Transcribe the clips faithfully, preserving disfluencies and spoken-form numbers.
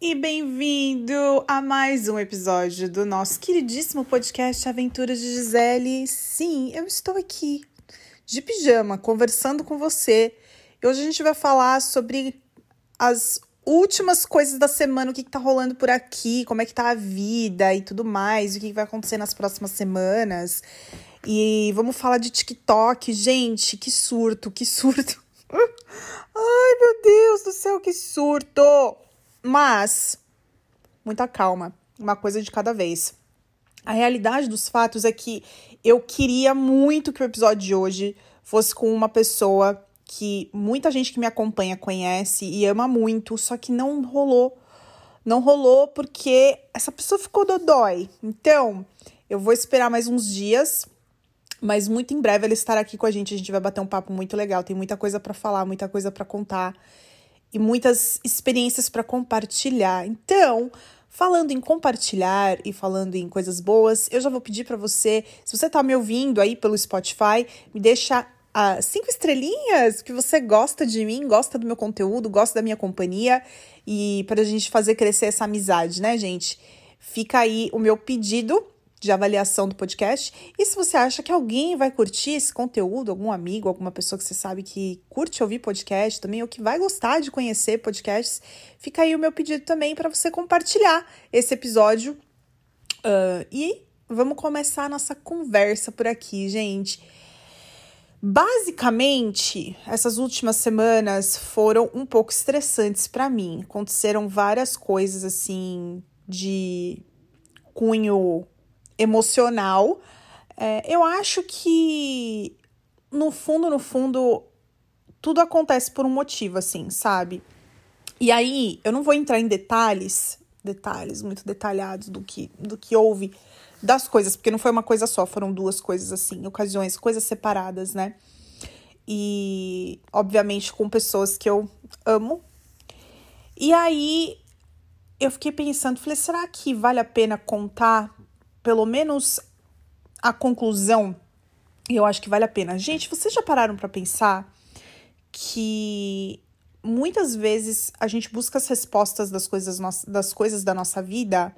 E bem-vindo a mais um episódio do nosso queridíssimo podcast Aventuras de Gisele. Sim, eu estou aqui de pijama, conversando com você. E hoje a gente vai falar sobre as últimas coisas da semana, o que, que tá rolando por aqui, como é que tá a vida e tudo mais, o que, que vai acontecer nas próximas semanas. E vamos falar de TikTok. Gente, que surto, que surto. Ai, meu Deus do céu, que surto. Mas, muita calma, uma coisa de cada vez. A realidade dos fatos é que eu queria muito que o episódio de hoje fosse com uma pessoa que muita gente que me acompanha conhece e ama muito, só que não rolou. Não rolou porque essa pessoa ficou dodói. Então, eu vou esperar mais uns dias, mas muito em breve ela estará aqui com a gente. A gente vai bater um papo muito legal. Tem muita coisa pra falar, muita coisa pra contar e muitas experiências pra compartilhar. Então, falando em compartilhar e falando em coisas boas, eu já vou pedir pra você, se você tá me ouvindo aí pelo Spotify, me deixa ah, cinco estrelinhas, que você gosta de mim, gosta do meu conteúdo, gosta da minha companhia, e pra gente fazer crescer essa amizade, né, gente? Fica aí o meu pedido de avaliação do podcast. E se você acha que alguém vai curtir esse conteúdo, algum amigo, alguma pessoa que você sabe que curte ouvir podcast também, ou que vai gostar de conhecer podcasts, fica aí o meu pedido também para você compartilhar esse episódio. Uh, e vamos começar a nossa conversa por aqui, gente. Basicamente, essas últimas semanas foram um pouco estressantes para mim. Aconteceram várias coisas, assim, de cunho emocional. É, eu acho que, no fundo, no fundo, tudo acontece por um motivo, assim, sabe? E aí, eu não vou entrar em detalhes, detalhes muito detalhados do que, do que houve das coisas, porque não foi uma coisa só, foram duas coisas, assim, ocasiões, coisas separadas, né? E, obviamente, com pessoas que eu amo. E aí, eu fiquei pensando, falei, será que vale a pena contar pelo menos a conclusão? Eu acho que vale a pena. Gente, vocês já pararam pra pensar que muitas vezes a gente busca as respostas das coisas, das coisas da nossa vida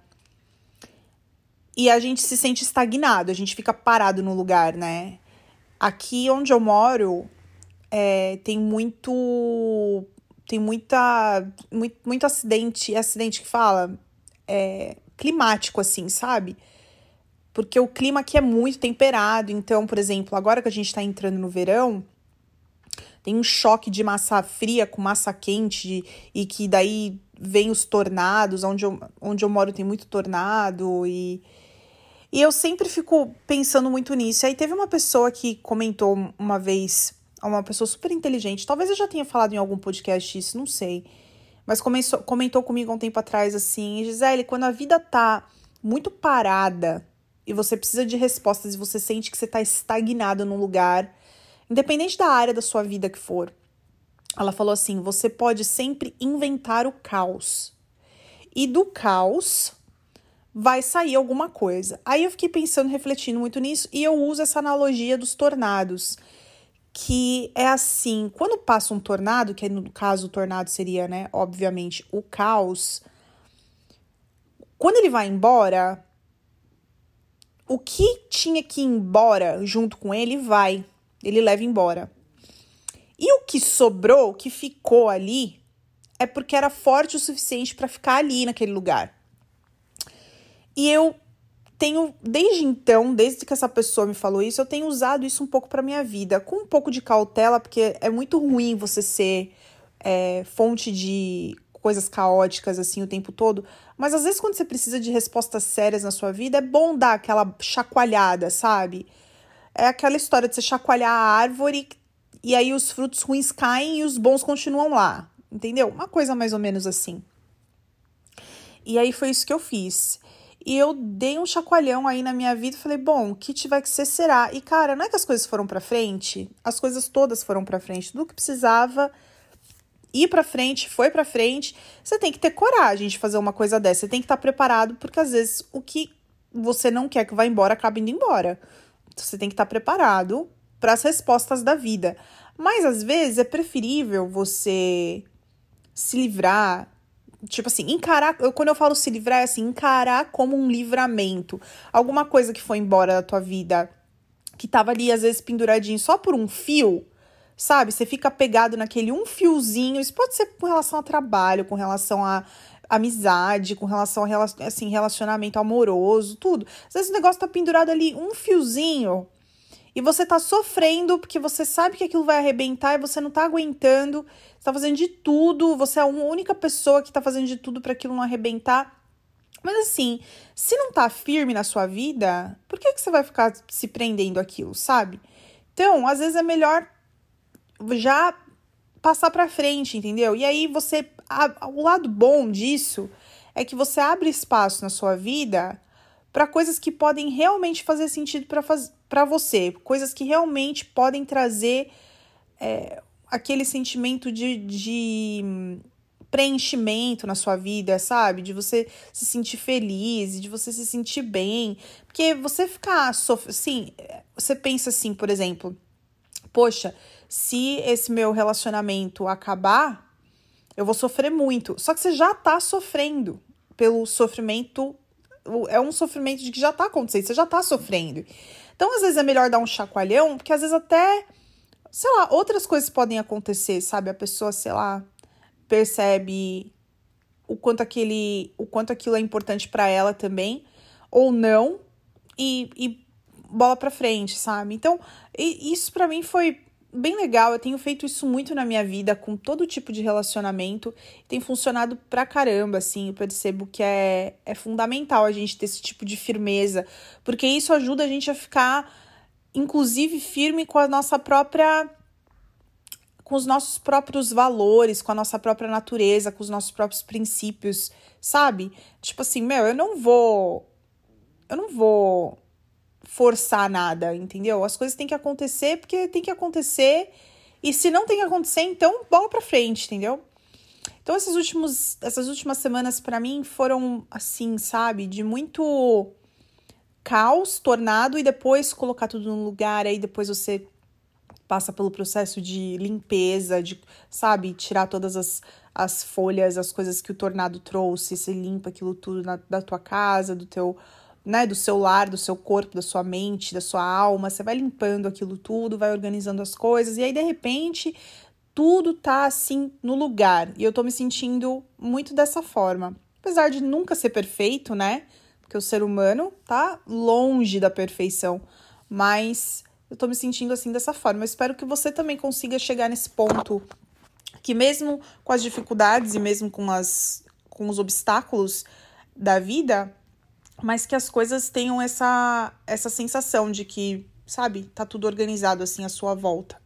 e a gente se sente estagnado, a gente fica parado no lugar, né? Aqui onde eu moro, é, tem muito... Tem muita... Muito, muito acidente, acidente que fala... É, climático, assim, sabe? Porque o clima aqui é muito temperado. Então, por exemplo, agora que a gente tá entrando no verão, tem um choque de massa fria com massa quente e que daí vem os tornados. Onde eu, onde eu moro tem muito tornado e... E eu sempre fico pensando muito nisso. Aí teve uma pessoa que comentou uma vez, uma pessoa super inteligente, talvez eu já tenha falado em algum podcast isso, não sei. Mas comentou, comentou comigo há um tempo atrás assim, Gisele, quando a vida tá muito parada e você precisa de respostas e você sente que você tá estagnado num lugar, independente da área da sua vida que for, ela falou assim, você pode sempre inventar o caos. E do caos vai sair alguma coisa. Aí eu fiquei pensando, refletindo muito nisso, e eu uso essa analogia dos tornados, que é assim, quando passa um tornado, que no caso o tornado seria, né, obviamente, o caos, quando ele vai embora, o que tinha que ir embora junto com ele vai, ele leva embora. E o que sobrou, o que ficou ali, é porque era forte o suficiente para ficar ali naquele lugar. E eu tenho, desde então, desde que essa pessoa me falou isso, eu tenho usado isso um pouco pra minha vida, com um pouco de cautela, porque é muito ruim você ser é, fonte de coisas caóticas, assim, o tempo todo. Mas às vezes, quando você precisa de respostas sérias na sua vida, é bom dar aquela chacoalhada, sabe? É aquela história de você chacoalhar a árvore e aí os frutos ruins caem e os bons continuam lá, entendeu? Uma coisa mais ou menos assim. E aí foi isso que eu fiz. E eu dei um chacoalhão aí na minha vida e falei, bom, o que tiver que ser, será. E, cara, não é que as coisas foram pra frente? As coisas todas foram pra frente. Tudo que precisava ir pra frente, foi pra frente. Você tem que ter coragem de fazer uma coisa dessa. Você tem que estar preparado, porque às vezes o que você não quer que vá embora, acaba indo embora. Então, você tem que estar preparado para as respostas da vida. Mas, às vezes, é preferível você se livrar, Tipo assim, encarar, eu, quando eu falo se livrar, é assim, encarar como um livramento. Alguma coisa que foi embora da tua vida, que tava ali, às vezes, penduradinho só por um fio, sabe? Você fica pegado naquele um fiozinho. Isso pode ser com relação a trabalho, com relação a amizade, com relação a assim, relacionamento amoroso, tudo. Às vezes o negócio tá pendurado ali, um fiozinho, e você tá sofrendo porque você sabe que aquilo vai arrebentar e você não tá aguentando. Você tá fazendo de tudo, você é a única pessoa que tá fazendo de tudo para aquilo não arrebentar. Mas assim, se não tá firme na sua vida, por que que você vai ficar se prendendo àquilo, sabe? Então, às vezes é melhor já passar pra frente, entendeu? E aí você, a, o lado bom disso é que você abre espaço na sua vida para coisas que podem realmente fazer sentido para faz, para você, coisas que realmente podem trazer é, aquele sentimento de, de preenchimento na sua vida, sabe? De você se sentir feliz, de você se sentir bem. Porque você ficar, assim, você pensa assim, por exemplo, poxa, se esse meu relacionamento acabar, eu vou sofrer muito. Só que você já tá sofrendo pelo sofrimento, é um sofrimento de que já tá acontecendo, você já tá sofrendo. Então, às vezes é melhor dar um chacoalhão, porque às vezes até, sei lá, outras coisas podem acontecer, sabe? A pessoa, sei lá, percebe o quanto, aquele, o quanto aquilo é importante pra ela também, ou não, e, e bola pra frente, sabe? Então, isso pra mim foi bem legal. Eu tenho feito isso muito na minha vida, com todo tipo de relacionamento. Tem funcionado pra caramba, assim. Eu percebo que é, é fundamental a gente ter esse tipo de firmeza, porque isso ajuda a gente a ficar, inclusive, firme com a nossa própria... com os nossos próprios valores, com a nossa própria natureza, com os nossos próprios princípios, sabe? Tipo assim, meu, eu não vou... Eu não vou forçar nada, entendeu? As coisas têm que acontecer porque tem que acontecer, e se não tem que acontecer, então bola pra frente, entendeu? Então esses últimos, essas últimas semanas pra mim foram assim, sabe, de muito caos, tornado, e depois colocar tudo no lugar, aí depois você passa pelo processo de limpeza, de, sabe, tirar todas as, as folhas, as coisas que o tornado trouxe, você limpa aquilo tudo na, da tua casa, do teu... né, do seu lar, do seu corpo, da sua mente, da sua alma, você vai limpando aquilo tudo, vai organizando as coisas, e aí, de repente, tudo tá, assim, no lugar, e eu tô me sentindo muito dessa forma, apesar de nunca ser perfeito, né, porque o ser humano tá longe da perfeição, mas eu tô me sentindo, assim, dessa forma. Eu espero que você também consiga chegar nesse ponto, que mesmo com as dificuldades e mesmo com, as, com os obstáculos da vida, mas que as coisas tenham essa, essa sensação de que, sabe, tá tudo organizado assim à sua volta.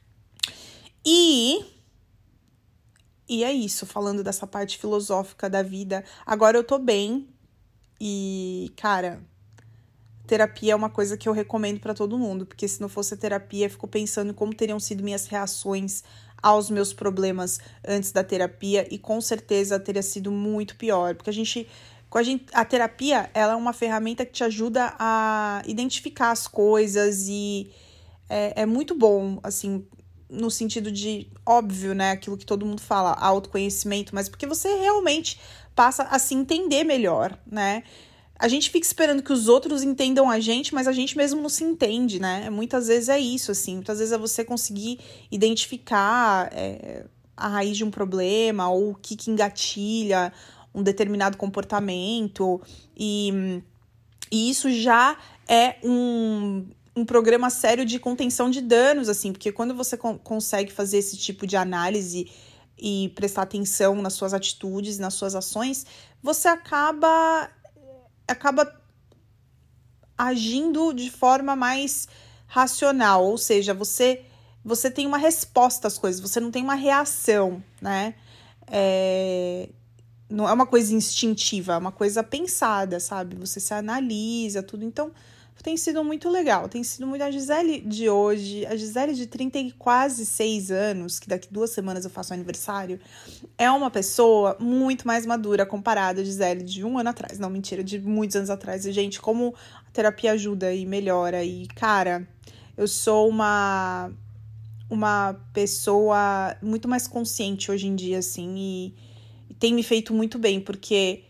E, e é isso, falando dessa parte filosófica da vida. Agora eu tô bem e, cara, terapia é uma coisa que eu recomendo pra todo mundo, porque se não fosse a terapia, eu fico pensando em como teriam sido minhas reações aos meus problemas antes da terapia, e com certeza teria sido muito pior, porque a gente... A, gente, a terapia, ela é uma ferramenta que te ajuda a identificar as coisas, e é, é muito bom, assim, no sentido de, óbvio, né, aquilo que todo mundo fala, autoconhecimento, mas porque você realmente passa a se entender melhor, né? A gente fica esperando que os outros entendam a gente, mas a gente mesmo não se entende, né? Muitas vezes é isso, assim, muitas vezes é você conseguir identificar é, a raiz de um problema, ou o que, que engatilha um determinado comportamento, e, e isso já é um, um programa sério de contenção de danos, assim, porque quando você con- consegue fazer esse tipo de análise e prestar atenção nas suas atitudes, nas suas ações, você acaba, acaba agindo de forma mais racional, ou seja, você, você tem uma resposta às coisas, você não tem uma reação, né? É... Não é uma coisa instintiva, é uma coisa pensada, sabe? Você se analisa, tudo. Então, tem sido muito legal. Tem sido muito... A Gisele de hoje, a Gisele de trinta e quase seis anos, que daqui duas semanas eu faço aniversário, é uma pessoa muito mais madura comparada à Gisele de um ano atrás. Não, mentira, de muitos anos atrás. E, gente, como a terapia ajuda e melhora. E, cara, eu sou uma, uma pessoa muito mais consciente hoje em dia, assim, e tem me feito muito bem, porque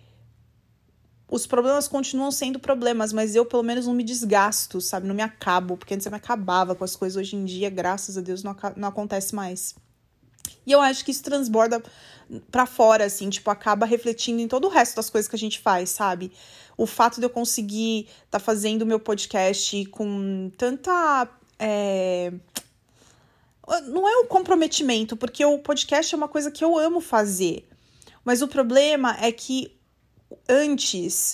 os problemas continuam sendo problemas, mas eu pelo menos não me desgasto, sabe? Não me acabo, porque antes eu me acabava com as coisas. Hoje em dia, graças a Deus, não, não acontece mais. E eu acho que isso transborda pra fora, assim, tipo, acaba refletindo em todo o resto das coisas que a gente faz, sabe? O fato de eu conseguir tá fazendo o meu podcast com tanta... É... Não é um comprometimento, porque o podcast é uma coisa que eu amo fazer. Mas o problema é que antes,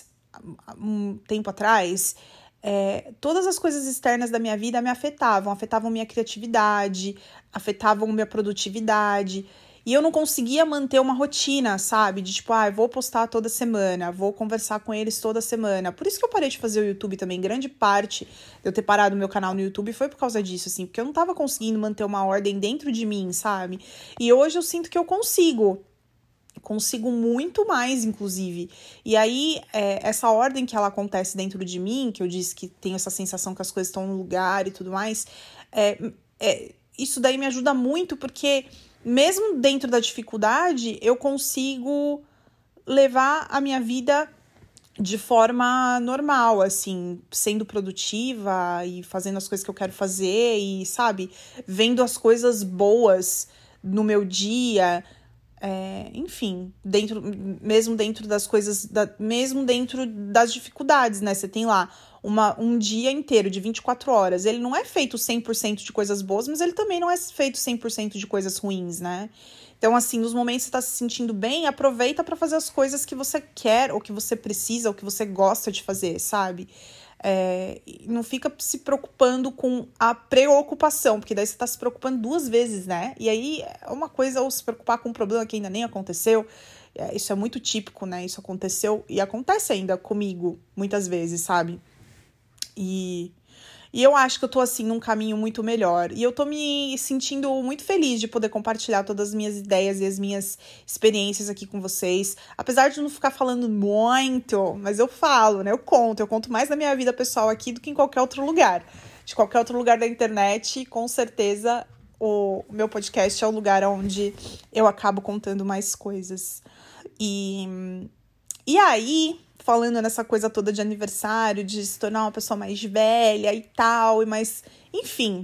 um tempo atrás, é, todas as coisas externas da minha vida me afetavam. Afetavam minha criatividade, afetavam minha produtividade. E eu não conseguia manter uma rotina, sabe? De tipo, ah, vou postar toda semana, vou conversar com eles toda semana. Por isso que eu parei de fazer o YouTube também. Grande parte de eu ter parado meu canal no YouTube foi por causa disso, assim. Porque eu não tava conseguindo manter uma ordem dentro de mim, sabe? E hoje eu sinto que eu consigo. Consigo muito mais, inclusive. E aí, é, essa ordem que ela acontece dentro de mim, que eu disse que tenho essa sensação que as coisas estão no lugar e tudo mais, é, é, isso daí me ajuda muito, porque mesmo dentro da dificuldade, eu consigo levar a minha vida de forma normal, assim, sendo produtiva e fazendo as coisas que eu quero fazer e, sabe, vendo as coisas boas no meu dia. É, enfim, dentro, mesmo dentro das coisas, da, mesmo dentro das dificuldades, né? Você tem lá uma, um dia inteiro de vinte e quatro horas. Ele não é feito cem por cento de coisas boas, mas ele também não é feito cem por cento de coisas ruins, né? Então, assim, nos momentos que você tá se sentindo bem, aproveita para fazer as coisas que você quer, ou que você precisa, ou que você gosta de fazer, sabe? É, não fica se preocupando com a preocupação, porque daí você tá se preocupando duas vezes, né? E aí é uma coisa, ou se preocupar com um problema que ainda nem aconteceu. É, isso é muito típico, né? Isso aconteceu e acontece ainda comigo, muitas vezes, sabe? E... E eu acho que eu tô, assim, num caminho muito melhor. E eu tô me sentindo muito feliz de poder compartilhar todas as minhas ideias e as minhas experiências aqui com vocês. Apesar de não ficar falando muito, mas eu falo, né? Eu conto. Eu conto mais da minha vida pessoal aqui do que em qualquer outro lugar. De qualquer outro lugar da internet, com certeza, o meu podcast é o lugar onde eu acabo contando mais coisas. E, e aí... falando nessa coisa toda de aniversário, de se tornar uma pessoa mais velha e tal, e mais, enfim,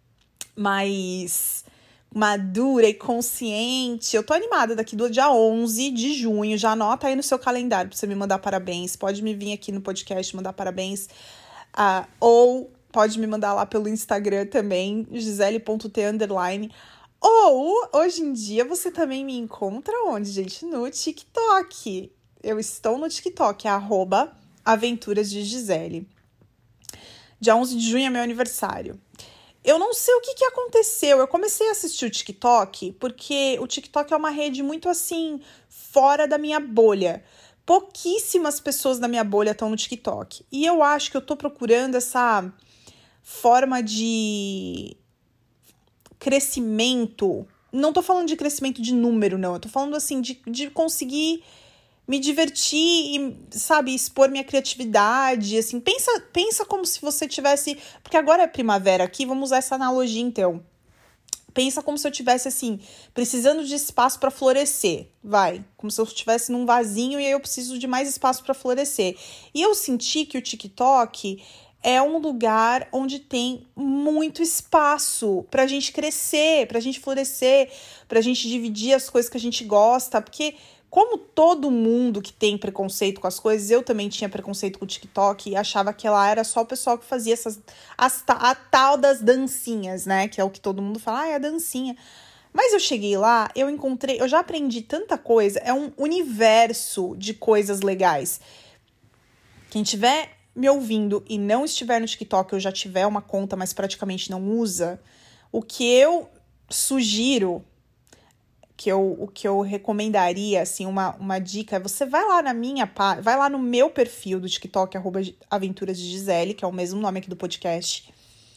mais madura e consciente. Eu tô animada daqui do dia onze de junho, já anota aí no seu calendário pra você me mandar parabéns. Pode me vir aqui no podcast mandar parabéns, uh, ou pode me mandar lá pelo Instagram também, gisele ponto t underline. Ou, hoje em dia, você também me encontra onde, gente? No TikTok. Eu estou no TikTok, é arroba Aventuras de Gisele. Dia onze de junho é meu aniversário. Eu não sei o que, que aconteceu. Eu comecei a assistir o TikTok porque o TikTok é uma rede muito, assim, fora da minha bolha. Pouquíssimas pessoas da minha bolha estão no TikTok. E eu acho que eu tô procurando essa forma de crescimento. Não tô falando de crescimento de número, não. Eu tô falando, assim, de, de conseguir... me divertir e, sabe, expor minha criatividade, assim, pensa, pensa como se você tivesse, porque agora é primavera aqui, vamos usar essa analogia, então, pensa como se eu tivesse, assim, precisando de espaço para florescer, vai, como se eu estivesse num vasinho e aí eu preciso de mais espaço para florescer, e eu senti que o TikTok é um lugar onde tem muito espaço pra gente crescer, pra gente florescer, pra gente dividir as coisas que a gente gosta, porque como todo mundo que tem preconceito com as coisas, eu também tinha preconceito com o TikTok e achava que ela era só o pessoal que fazia essas, as, a tal das dancinhas, né? Que é o que todo mundo fala, ah, é a dancinha. Mas eu cheguei lá, eu encontrei, eu já aprendi tanta coisa, é um universo de coisas legais. Quem tiver me ouvindo e não estiver no TikTok, ou já tiver uma conta, mas praticamente não usa, o que eu sugiro... Que eu, o que eu recomendaria, assim, uma, uma dica, é você vai lá na minha, vai lá no meu perfil do TikTok, arroba Aventuras de Gisele, que é o mesmo nome aqui do podcast,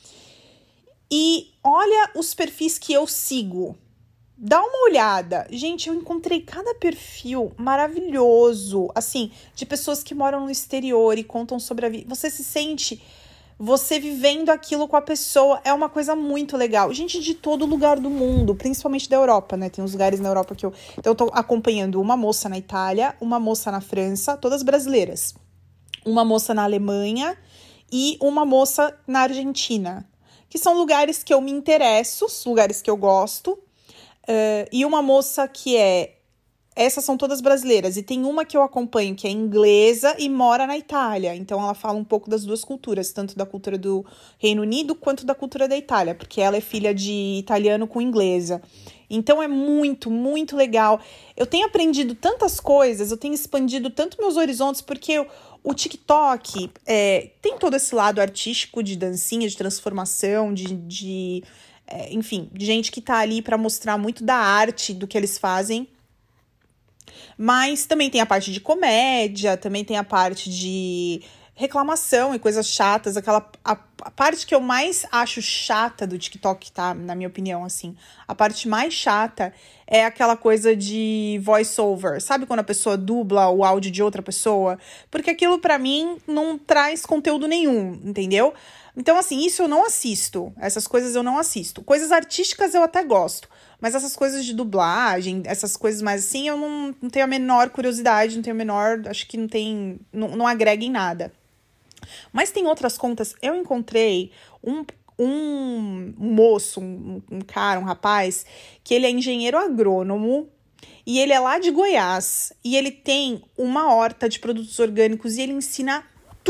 e olha os perfis que eu sigo. Dá uma olhada. Gente, eu encontrei cada perfil maravilhoso, assim, de pessoas que moram no exterior e contam sobre a vida. Você se sente você vivendo aquilo com a pessoa, é uma coisa muito legal. Gente de todo lugar do mundo, principalmente da Europa, né? Tem uns lugares na Europa que eu... Então eu tô acompanhando uma moça na Itália, uma moça na França, todas brasileiras. Uma moça na Alemanha e uma moça na Argentina. Que são lugares que eu me interesso, lugares que eu gosto. Uh, e uma moça que é... Essas são todas brasileiras. E tem uma que eu acompanho que é inglesa e mora na Itália. Então, ela fala um pouco das duas culturas. Tanto da cultura do Reino Unido quanto da cultura da Itália. Porque ela é filha de italiano com inglesa. Então, é muito, muito legal. Eu tenho aprendido tantas coisas. Eu tenho expandido tanto meus horizontes. Porque eu, o TikTok é, tem todo esse lado artístico de dancinha, de transformação, de... de é, enfim, de gente que tá ali para mostrar muito da arte do que eles fazem. Mas também tem a parte de comédia, também tem a parte de reclamação e coisas chatas. Aquela, a, a parte que eu mais acho chata do TikTok, tá? Na minha opinião, assim. A parte mais chata é aquela coisa de voice-over. Sabe quando a pessoa dubla o áudio de outra pessoa? Porque aquilo, pra mim, não traz conteúdo nenhum, entendeu? Então, assim, isso eu não assisto. Essas coisas eu não assisto. Coisas artísticas eu até gosto. Mas essas coisas de dublagem, essas coisas mais assim, eu não, não tenho a menor curiosidade, não tenho a menor... Acho que não tem... Não, não agrega em nada. Mas tem outras contas. Eu encontrei um, um moço, um, um cara, um rapaz, que ele é engenheiro agrônomo e ele é lá de Goiás. E ele tem uma horta de produtos orgânicos e ele ensina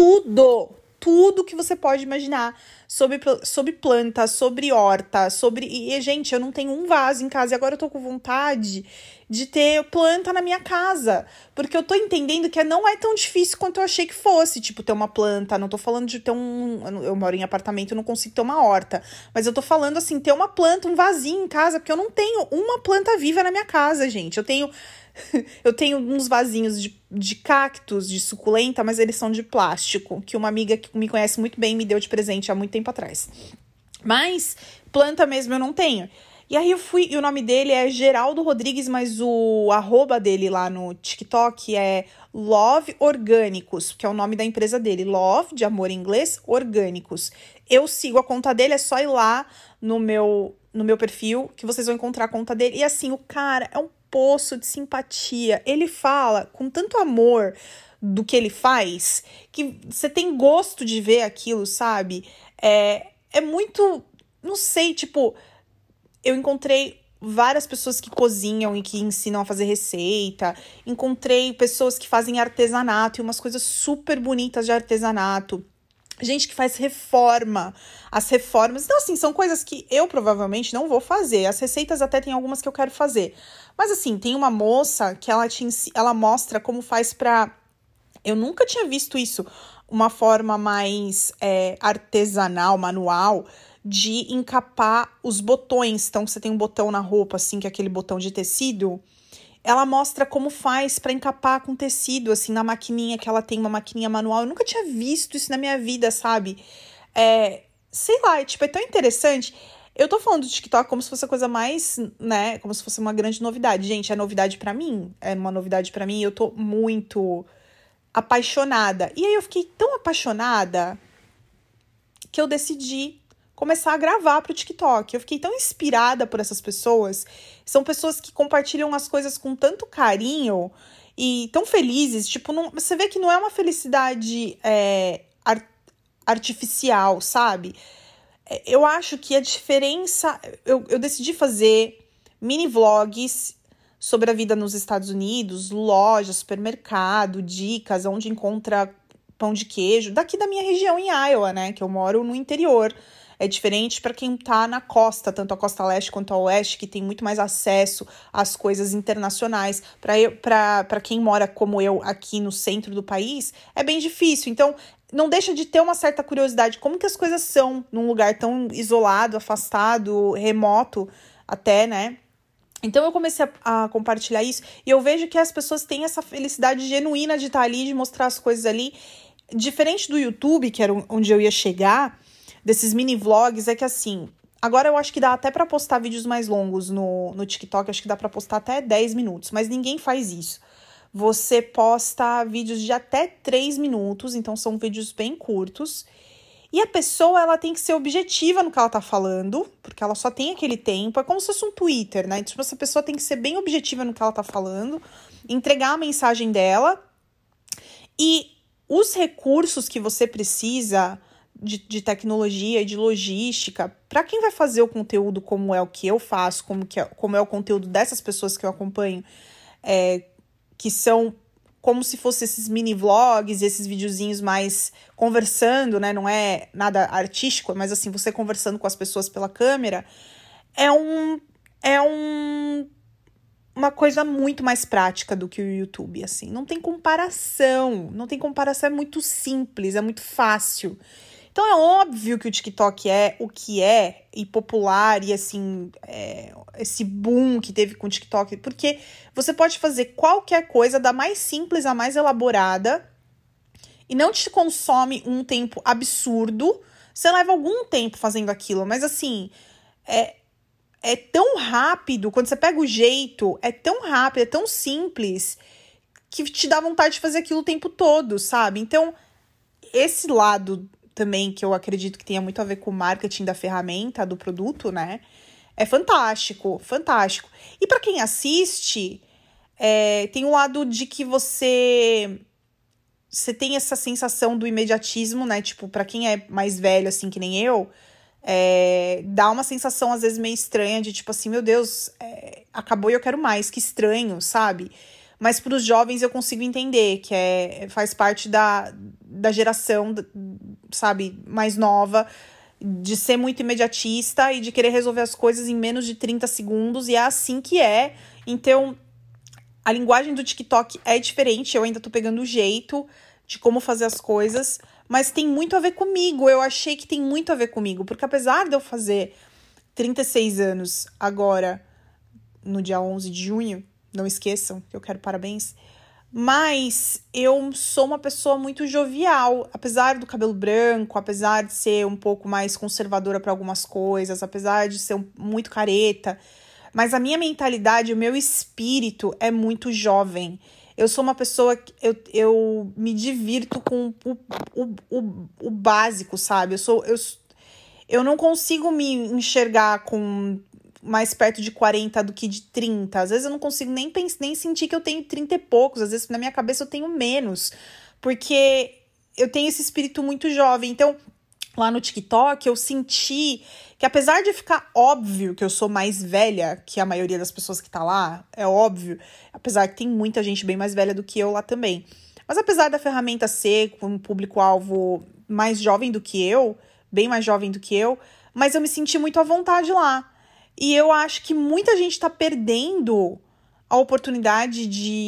tudo. Tudo que você pode imaginar sobre, sobre planta, sobre horta, sobre... E, gente, eu não tenho um vaso em casa e agora eu tô com vontade de ter planta na minha casa. Porque eu tô entendendo que não é tão difícil quanto eu achei que fosse, tipo, ter uma planta. Não tô falando de ter um... Eu moro em apartamento, eu não consigo ter uma horta. Mas eu tô falando, assim, ter uma planta, um vasinho em casa, porque eu não tenho uma planta viva na minha casa, gente. Eu tenho... Eu tenho uns vasinhos de, de cactos, de suculenta, mas eles são de plástico, que uma amiga que me conhece muito bem me deu de presente há muito tempo atrás. Mas planta mesmo eu não tenho. E aí eu fui, e o nome dele é Geraldo Rodrigues, mas o arroba dele lá no TikTok é Love Orgânicos, que é o nome da empresa dele. Love, de amor em inglês, Orgânicos. Eu sigo a conta dele, é só ir lá no meu, no meu perfil, que vocês vão encontrar a conta dele. E assim, o cara é um poço de simpatia. Ele fala com tanto amor do que ele faz, que você tem gosto de ver aquilo, sabe? É, é muito, não sei, tipo, eu encontrei várias pessoas que cozinham e que ensinam a fazer receita, encontrei pessoas que fazem artesanato e umas coisas super bonitas de artesanato. Gente que faz reforma, as reformas... Então, assim, são coisas que eu provavelmente não vou fazer. As receitas até tem algumas que eu quero fazer. Mas, assim, tem uma moça que ela, te, ela mostra como faz pra... Eu nunca tinha visto isso. Uma forma mais é, artesanal, manual, de encapar os botões. Então, você tem um botão na roupa, assim, que é aquele botão de tecido... Ela mostra como faz pra encapar com tecido, assim, na maquininha, que ela tem uma maquininha manual. Eu nunca tinha visto isso na minha vida, sabe? É, sei lá, é, tipo, é tão interessante. Eu tô falando do TikTok como se fosse a coisa mais, né, como se fosse uma grande novidade. Gente, é novidade pra mim, é uma novidade pra mim e eu tô muito apaixonada. E aí eu fiquei tão apaixonada que eu decidi começar a gravar pro TikTok. Eu fiquei tão inspirada por essas pessoas. São pessoas que compartilham as coisas com tanto carinho e tão felizes. Tipo, não, você vê que não é uma felicidade é, art, artificial, sabe? Eu acho que a diferença... Eu, eu decidi fazer mini vlogs sobre a vida nos Estados Unidos, loja, supermercado, dicas, onde encontra pão de queijo. Daqui da minha região em Iowa, né? Que eu moro no interior. É diferente para quem tá na costa, tanto a costa leste quanto a oeste, que tem muito mais acesso às coisas internacionais. Para quem mora como eu aqui no centro do país, é bem difícil. Então, não deixa de ter uma certa curiosidade. Como que as coisas são num lugar tão isolado, afastado, remoto até, né? Então, eu comecei a, a compartilhar isso e eu vejo que as pessoas têm essa felicidade genuína de estar ali, de mostrar as coisas ali. Diferente do YouTube, que era onde eu ia chegar... desses mini vlogs, é que assim, agora eu acho que dá até pra postar vídeos mais longos no, no TikTok, acho que dá pra postar até dez minutos, mas ninguém faz isso. Você posta vídeos de até três minutos, então são vídeos bem curtos, E a pessoa, ela tem que ser objetiva no que ela tá falando, porque ela só tem aquele tempo. É como se fosse um Twitter, né? Tipo, essa pessoa tem que ser bem objetiva no que ela tá falando, entregar a mensagem dela. E os recursos que você precisa de, de tecnologia e de logística, para quem vai fazer o conteúdo como é o que eu faço, como, que é, como é o conteúdo dessas pessoas que eu acompanho, é, que são como se fossem esses mini vlogs, esses videozinhos mais conversando, né? Não é nada artístico, mas assim, você conversando com as pessoas pela câmera, é um é um uma coisa muito mais prática do que o YouTube, assim. Não tem comparação, não tem comparação, é muito simples, é muito fácil. Então é óbvio que o TikTok é o que é, e popular, e assim, é, esse boom que teve com o TikTok, porque você pode fazer qualquer coisa, da mais simples à mais elaborada, e não te consome um tempo absurdo. Você leva algum tempo fazendo aquilo, mas assim, é, é tão rápido, quando você pega o jeito, é tão rápido, é tão simples, que te dá vontade de fazer aquilo o tempo todo, sabe? Então, esse lado também, que eu acredito que tenha muito a ver com o marketing da ferramenta, do produto, né? É fantástico, fantástico. E para quem assiste, é, tem um lado de que você... Você tem essa sensação do imediatismo, né? Tipo, pra quem é mais velho, assim, que nem eu, é, dá uma sensação, às vezes, meio estranha de, tipo assim, meu Deus, é, acabou e eu quero mais, que estranho, sabe? Mas pros jovens eu consigo entender, que é, faz parte da, da geração, sabe, mais nova, de ser muito imediatista e de querer resolver as coisas em menos de trinta segundos, e é assim que é. Então, a linguagem do TikTok é diferente, eu ainda tô pegando o jeito de como fazer as coisas, mas tem muito a ver comigo. Eu achei que tem muito a ver comigo, porque apesar de eu fazer trinta e seis anos agora, no dia onze de junho, não esqueçam que eu quero parabéns, mas eu sou uma pessoa muito jovial, apesar do cabelo branco, apesar de ser um pouco mais conservadora para algumas coisas, apesar de ser um, muito careta, mas a minha mentalidade, o meu espírito é muito jovem. Eu sou uma pessoa que eu, eu me divirto com o, o, o, o básico, sabe? Eu, sou, eu, eu não consigo me enxergar com mais perto de quarenta do que de trinta. Às vezes eu não consigo nem, pens- nem sentir que eu tenho trinta e poucos. Às vezes na minha cabeça eu tenho menos. Porque eu tenho esse espírito muito jovem. Então, lá no TikTok, eu senti que apesar de ficar óbvio que eu sou mais velha que a maioria das pessoas que tá lá, é óbvio, apesar que tem muita gente bem mais velha do que eu lá também. Mas apesar da ferramenta ser com um público-alvo mais jovem do que eu, bem mais jovem do que eu, mas eu me senti muito à vontade lá. E eu acho que muita gente tá perdendo a oportunidade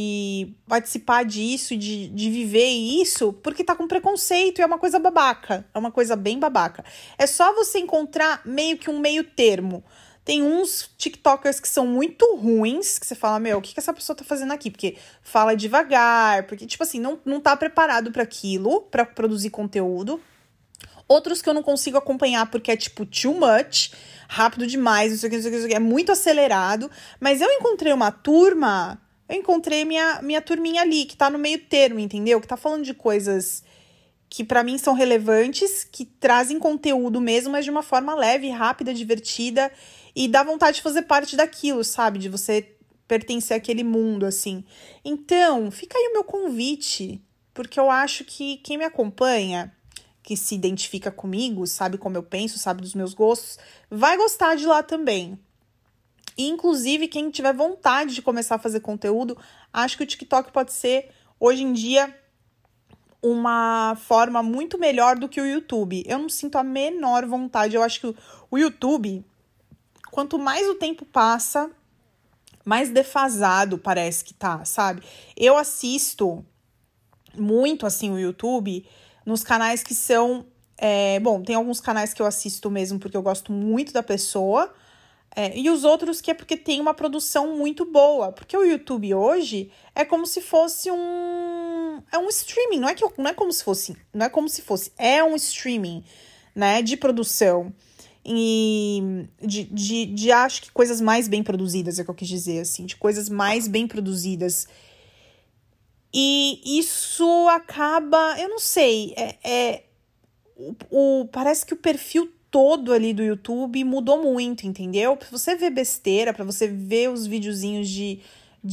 de participar disso, de, de viver isso, porque tá com preconceito, e é uma coisa babaca, é uma coisa bem babaca. É só você encontrar meio que um meio termo. Tem uns TikTokers que são muito ruins, que você fala, meu, o que, que essa pessoa tá fazendo aqui? Porque fala devagar, porque, tipo assim, não, não tá preparado para aquilo, para produzir conteúdo. Outros que eu não consigo acompanhar porque é, tipo, too much, rápido demais, não sei o que, não sei o que, não sei o que, é muito acelerado. Mas eu encontrei uma turma, eu encontrei minha, minha turminha ali, que tá no meio termo, entendeu? Que tá falando de coisas que pra mim são relevantes, que trazem conteúdo mesmo, mas de uma forma leve, rápida, divertida, e dá vontade de fazer parte daquilo, sabe? De você pertencer àquele mundo, assim. Então, fica aí o meu convite, porque eu acho que quem me acompanha, que se identifica comigo, sabe como eu penso, sabe dos meus gostos, vai gostar de lá também. E, inclusive, quem tiver vontade de começar a fazer conteúdo, acho que o TikTok pode ser, hoje em dia, uma forma muito melhor do que o YouTube. Eu não sinto a menor vontade. Eu acho que o YouTube, quanto mais o tempo passa, mais defasado parece que tá, sabe? Eu assisto muito, assim, o YouTube nos canais que são... É, bom, tem alguns canais que eu assisto mesmo porque eu gosto muito da pessoa, é, e os outros que é porque tem uma produção muito boa. Porque o YouTube hoje é como se fosse um... É um streaming, não é, que, não é como se fosse... Não é como se fosse, é um streaming, né, de produção. E de, de, de acho que coisas mais bem produzidas, é o que eu quis dizer, assim, de coisas mais bem produzidas. E isso acaba, eu não sei, é, é, o, o, parece que o perfil todo ali do YouTube mudou muito, entendeu? Pra você ver besteira, pra você ver os videozinhos de,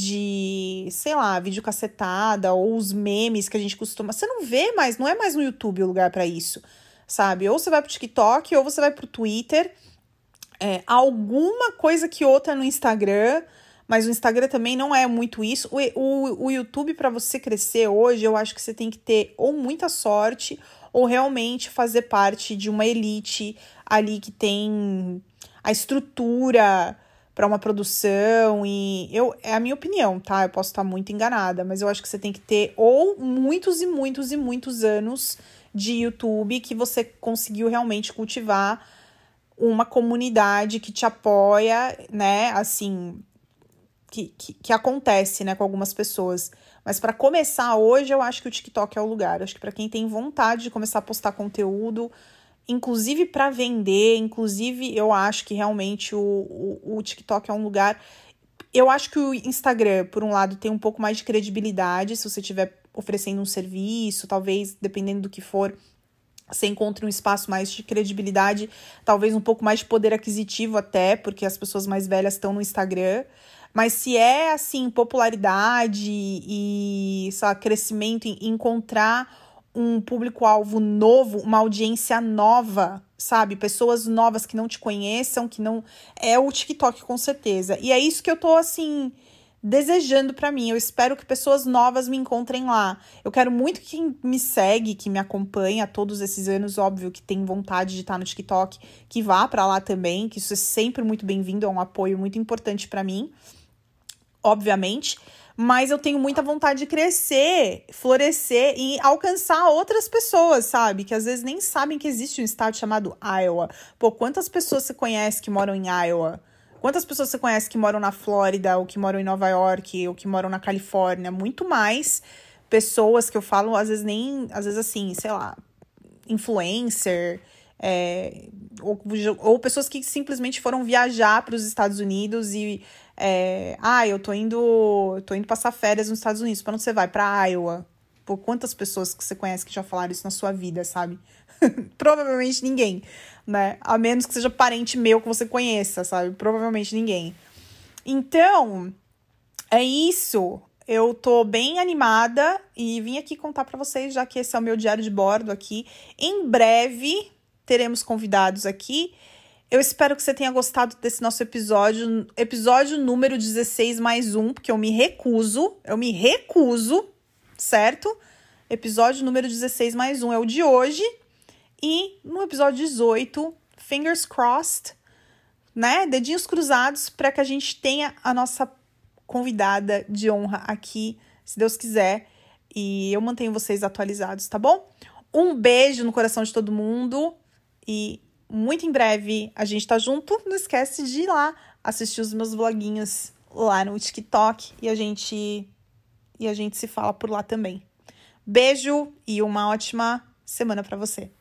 de, sei lá, vídeo cacetada ou os memes que a gente costuma... Você não vê mais, não é mais no YouTube o lugar pra isso, sabe? Ou você vai pro TikTok, ou você vai pro Twitter, é, alguma coisa que outra no Instagram, mas o Instagram também não é muito isso. O, o, o YouTube, pra você crescer hoje, eu acho que você tem que ter ou muita sorte ou realmente fazer parte de uma elite ali que tem a estrutura para uma produção. E eu, é a minha opinião, tá? Eu posso estar muito enganada, mas eu acho que você tem que ter ou muitos e muitos e muitos anos de YouTube que você conseguiu realmente cultivar uma comunidade que te apoia, né? Assim, que, que, que acontece, né, com algumas pessoas. Mas para começar hoje, eu acho que o TikTok é o lugar. Eu acho que para quem tem vontade de começar a postar conteúdo, inclusive para vender, inclusive eu acho que realmente o, o, o TikTok é um lugar... Eu acho que o Instagram, por um lado, tem um pouco mais de credibilidade, se você estiver oferecendo um serviço, talvez, dependendo do que for, você encontre um espaço mais de credibilidade, talvez um pouco mais de poder aquisitivo até, porque as pessoas mais velhas estão no Instagram. Mas se é, assim, popularidade e, sabe, crescimento, em encontrar um público-alvo novo, uma audiência nova, sabe? Pessoas novas que não te conheçam, que não... É o TikTok, com certeza. E é isso que eu tô, assim, desejando pra mim. Eu espero que pessoas novas me encontrem lá. Eu quero muito que quem me segue, que me acompanha todos esses anos, óbvio, que tem vontade de estar no TikTok, que vá pra lá também, que isso é sempre muito bem-vindo, é um apoio muito importante pra mim, obviamente, mas eu tenho muita vontade de crescer, florescer e alcançar outras pessoas, sabe? Que às vezes nem sabem que existe um estado chamado Iowa. Pô, quantas pessoas você conhece que moram em Iowa? Quantas pessoas você conhece que moram na Flórida, ou que moram em Nova York, ou que moram na Califórnia? Muito mais pessoas que eu falo, às vezes nem, às vezes assim, sei lá, influencer, é, ou, ou pessoas que simplesmente foram viajar para os Estados Unidos e é, ah, eu tô indo, tô indo passar férias nos Estados Unidos. Pra onde você vai? Pra Iowa. Por quantas pessoas que você conhece que já falaram isso na sua vida, sabe? Provavelmente ninguém, né? A menos que seja parente meu que você conheça, sabe? Provavelmente ninguém. Então, é isso. Eu tô bem animada e vim aqui contar pra vocês, já que esse é o meu diário de bordo aqui. Em breve, teremos convidados aqui. Eu espero que você tenha gostado desse nosso episódio, episódio número dezesseis mais um, porque eu me recuso, eu me recuso, certo? Episódio número dezesseis mais um é o de hoje. E no episódio dezoito, fingers crossed, né? Dedinhos cruzados para que a gente tenha a nossa convidada de honra aqui, se Deus quiser. E eu mantenho vocês atualizados, tá bom? Um beijo no coração de todo mundo e muito em breve a gente tá junto. Não esquece de ir lá assistir os meus vloguinhos lá no TikTok e a gente e a gente se fala por lá também. Beijo e uma ótima semana pra você.